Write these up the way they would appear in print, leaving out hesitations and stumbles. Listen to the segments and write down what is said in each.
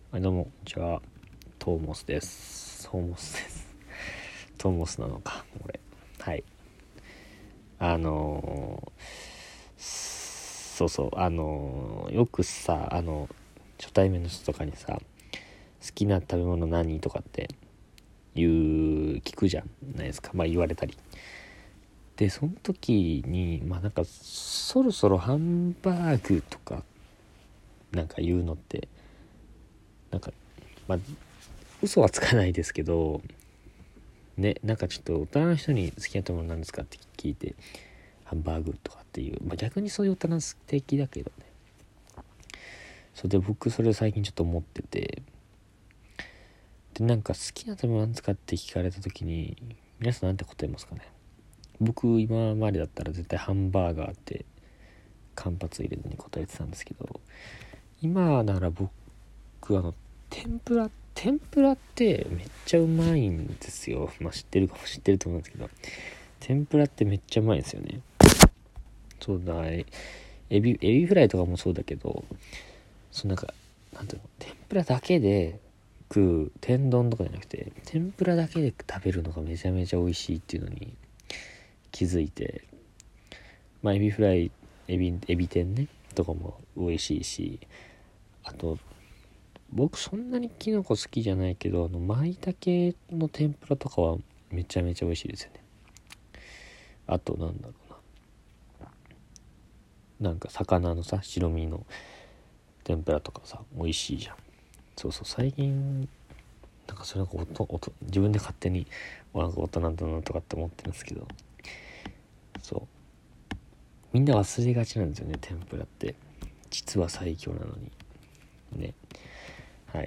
はい、どうも、こんにちは。トーモスです。トーモスなのか、これ。はい。よくさ、初対面の人とかにさ、好きな食べ物何とかって聞くじゃないですか。言われたり。で、その時に、そろそろハンバーグとか、言うのって、嘘はつかないですけど、ね、ちょっと大人の人に好きな食べ物なんですかって聞いてハンバーグとかっていう、逆にそういう大人素敵だけどね。それで僕それ最近ちょっと思ってて、で好きな食べ物なんですかって聞かれた時に皆さんなんて答えますかね。僕今までだったら絶対ハンバーガーって間髪入れずに答えてたんですけど、今なら僕天ぷらってめっちゃうまいんですよ。知ってると思うんですけど、天ぷらってめっちゃうまいんですよね。そうだ、エビフライとかもそうだけど、なんていうの、天ぷらだけで食う天丼とかじゃなくて、天ぷらだけで食べるのがめちゃめちゃ美味しいっていうのに気づいて、エビフライ、エビ天ねとかも美味しいし、あと僕そんなにキノコ好きじゃないけど、舞茸の天ぷらとかはめちゃめちゃ美味しいですよね。あと魚のさ、白身の天ぷらとかさ美味しいじゃん。そう最近それ自分で勝手に大人だなとかって思ってるんですけど、みんな忘れがちなんですよね。天ぷらって実は最強なのにね。はい。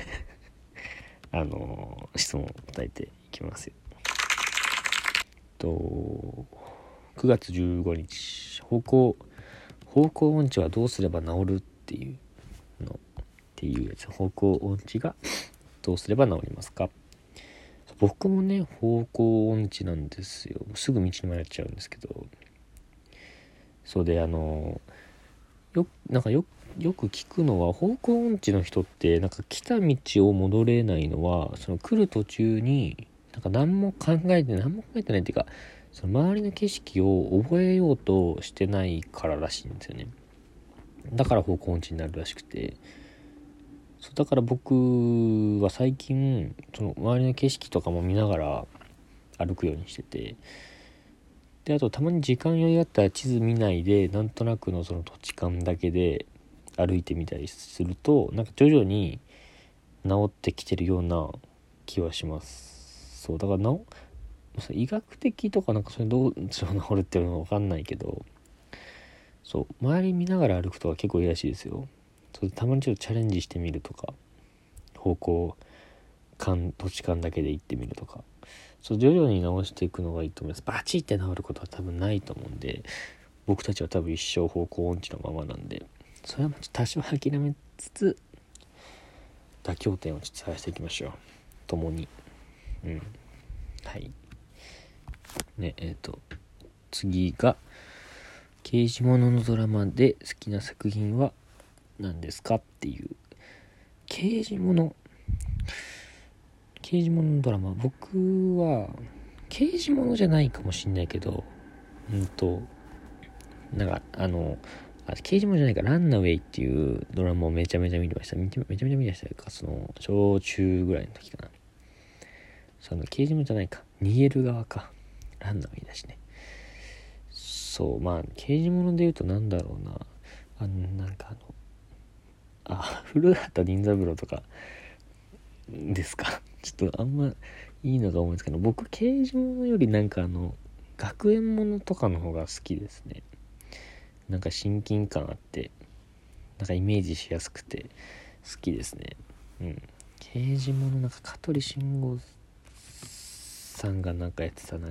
質問答えていきますよ。9月15日方向音痴はどうすれば治るっていうやつ。方向音痴がどうすれば治りますか。僕もね方向音痴なんですよ。すぐ道に迷っちゃうんですけど、そうでよく聞くのは、方向音痴の人って来た道を戻れないのは、その来る途中に何も考えてないっていうか、その周りの景色を覚えようとしてないかららしいんですよね。だから方向音痴になるらしくて、だから僕は最近その周りの景色とかも見ながら歩くようにしてて、であとたまに時間余裕あったら地図見ないでなんとなくのその土地勘だけで歩いてみたりすると、徐々に治ってきてるような気はします。そうだから医学的とかそれどう治るっていうのは分かんないけど、周り見ながら歩くとか結構いいらしいですよ。たまにちょっとチャレンジしてみるとか、方向感土地勘だけで行ってみるとか、徐々に直していくのがいいと思います。バチって治ることは多分ないと思うんで、僕たちは多分一生方向音痴のままなんで、それは多少諦めつつ妥協点をちょっと探していきましょう、共に。はいね。次が、刑事物のドラマで好きな作品は何ですかっていう。刑事物のドラマ、僕は刑事物じゃないかもしんないけど、刑事物じゃないか、ランナウェイっていうドラマをめちゃめちゃ見てました。めちゃめちゃ見ましたか、小中ぐらいの時かな。刑事物じゃないか、逃げる側か、ランナウェイだしね。刑事物で言うと古畑任三郎とかですか。ちょっとあんまいいのが思うんですけど、僕刑事物より学園物とかの方が好きですね。親近感あってイメージしやすくて好きですね。刑事物香取慎吾さんがやってた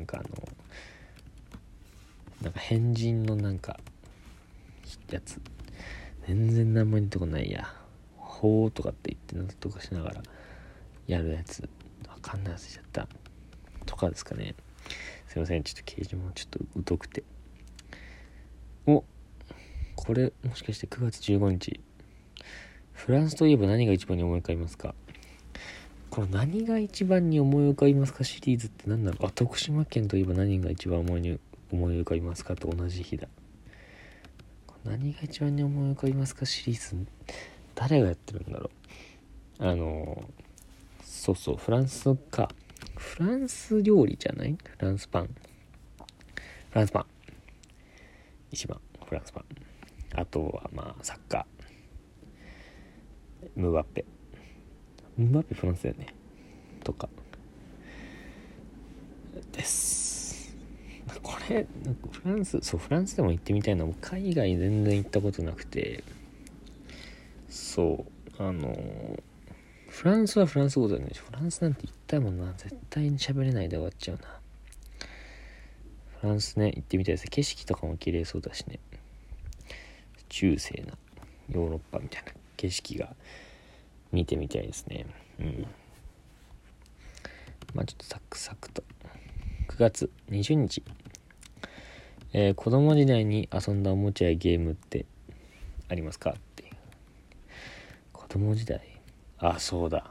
変人のやつ、全然名前出てこないや、ほーとかって言ってとかしながらやるやつ、わかんない、忘れちゃったとかですかね。すいません、ちょっと刑事もちょっと疎くて。これもしかして9月15日フランスといえば何が一番に思い浮かびますか？この何が一番に思い浮かびますかシリーズって何だろう。徳島県といえば何が一番思い浮かびますかと同じ日だ。何が一番に思い浮かびますかシリーズ、誰がやってるんだろう。そうそう、フランスか。フランス料理じゃない？フランスパン。一番フランスパン。あとはまあサッカー、ムバッペフランスだよねとかです。これフランスでも行ってみたいな。海外全然行ったことなくて、そうフランスはフランス語だよね。フランスなんて行ったもんな。絶対に喋れないで終わっちゃうな。フランスね、行ってみたいです。景色とかも綺麗そうだしね。中世なヨーロッパみたいな景色が見てみたいですね。まあちょっとサクサクと。9月20日、子供時代に遊んだおもちゃやゲームってありますかっていう。子供時代、そうだ、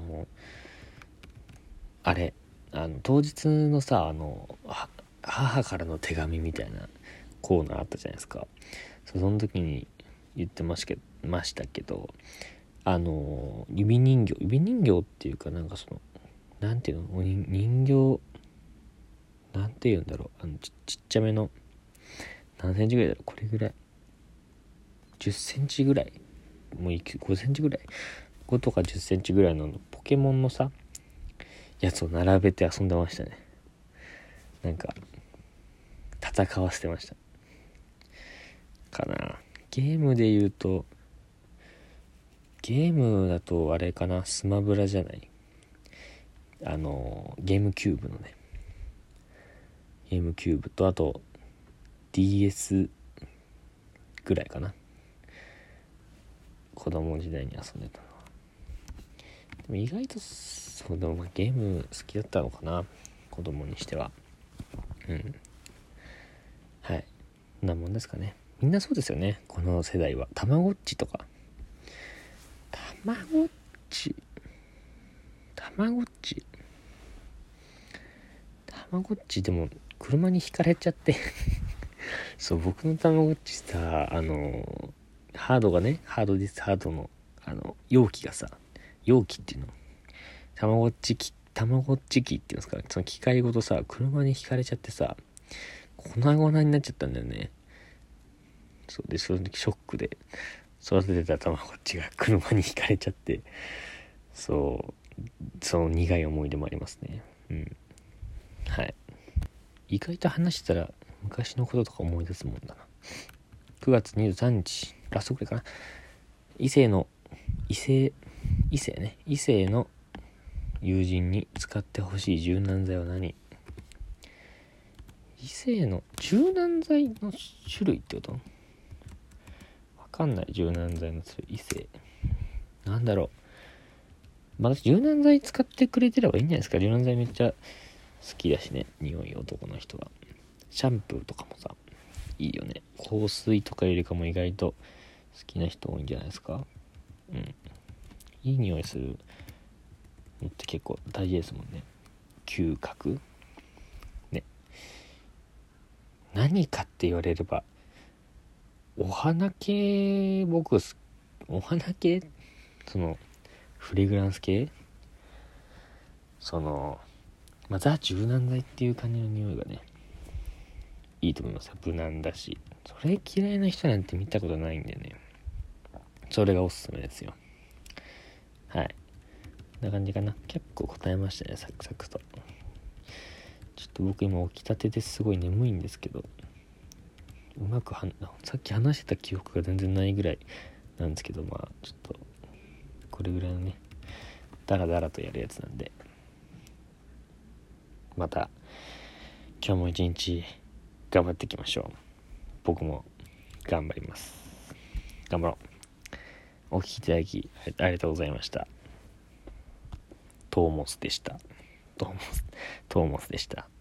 あれ当日のさ、母からの手紙みたいなコーナーあったじゃないですか。その時に言ってましたけど、指人形っていうか、なんかそのなんていうの、人形なんていうんだろう、ちっちゃめの何センチぐらいだろう、これぐらい10センチぐらい、もう5センチぐらい、5とか10センチぐらいのポケモンのさやつを並べて遊んでましたね。なんか戦わせてましたかな。ゲームで言うと、ゲームだとあれかな、スマブラじゃない、ゲームキューブのね、ゲームキューブと、あと DS ぐらいかな、子供時代に遊んでたのは。でも意外とそう、でもまあゲーム好きだったのかな、子供にしては。はい、こんなもんですかね。みんなそうですよね、この世代は。たまごっちとか、たまごっちでも車にひかれちゃってそう、僕のたまごっちさ、ハードの容器がさ、容器っていうの、たまごっち機っていうんですか、その機械ごとさ、車にひかれちゃってさ、粉々になっちゃったんだよね。そうで、その時ショックで育ててたたまごっちが車にひかれちゃって、その苦い思い出もありますね。はい。意外と話したら昔のこととか思い出すもんだな。9月23日、ラストくらいかな。異性の友人に使ってほしい柔軟剤は何？異性の柔軟剤の種類ってこと？わかんない。柔軟剤の種類、異性なんだろう。まあ柔軟剤使ってくれてればいいんじゃないですか。柔軟剤めっちゃ好きだしね、匂い、男の人は。シャンプーとかもさ、いいよね。香水とかよりかも意外と好きな人多いんじゃないですか。いい匂いするのって結構大事ですもんね。嗅覚ね。何かって言われればお花系、お花系、そのフレグランス系、ザ柔軟剤っていう感じの匂いがね、いいと思いますよ。無難だし、それ嫌いな人なんて見たことないんでね、それがおすすめですよ。はい、こんな感じかな。結構答えましたね、サクサクと。ちょっと僕今起きたてですごい眠いんですけど、さっき話してた記憶が全然ないぐらいなんですけど、まあちょっとこれぐらいのね、ダラダラとやるやつなんで、また今日も一日頑張っていきましょう。僕も頑張ります。頑張ろう。お聞きいただきありがとうございました。トーモスでした。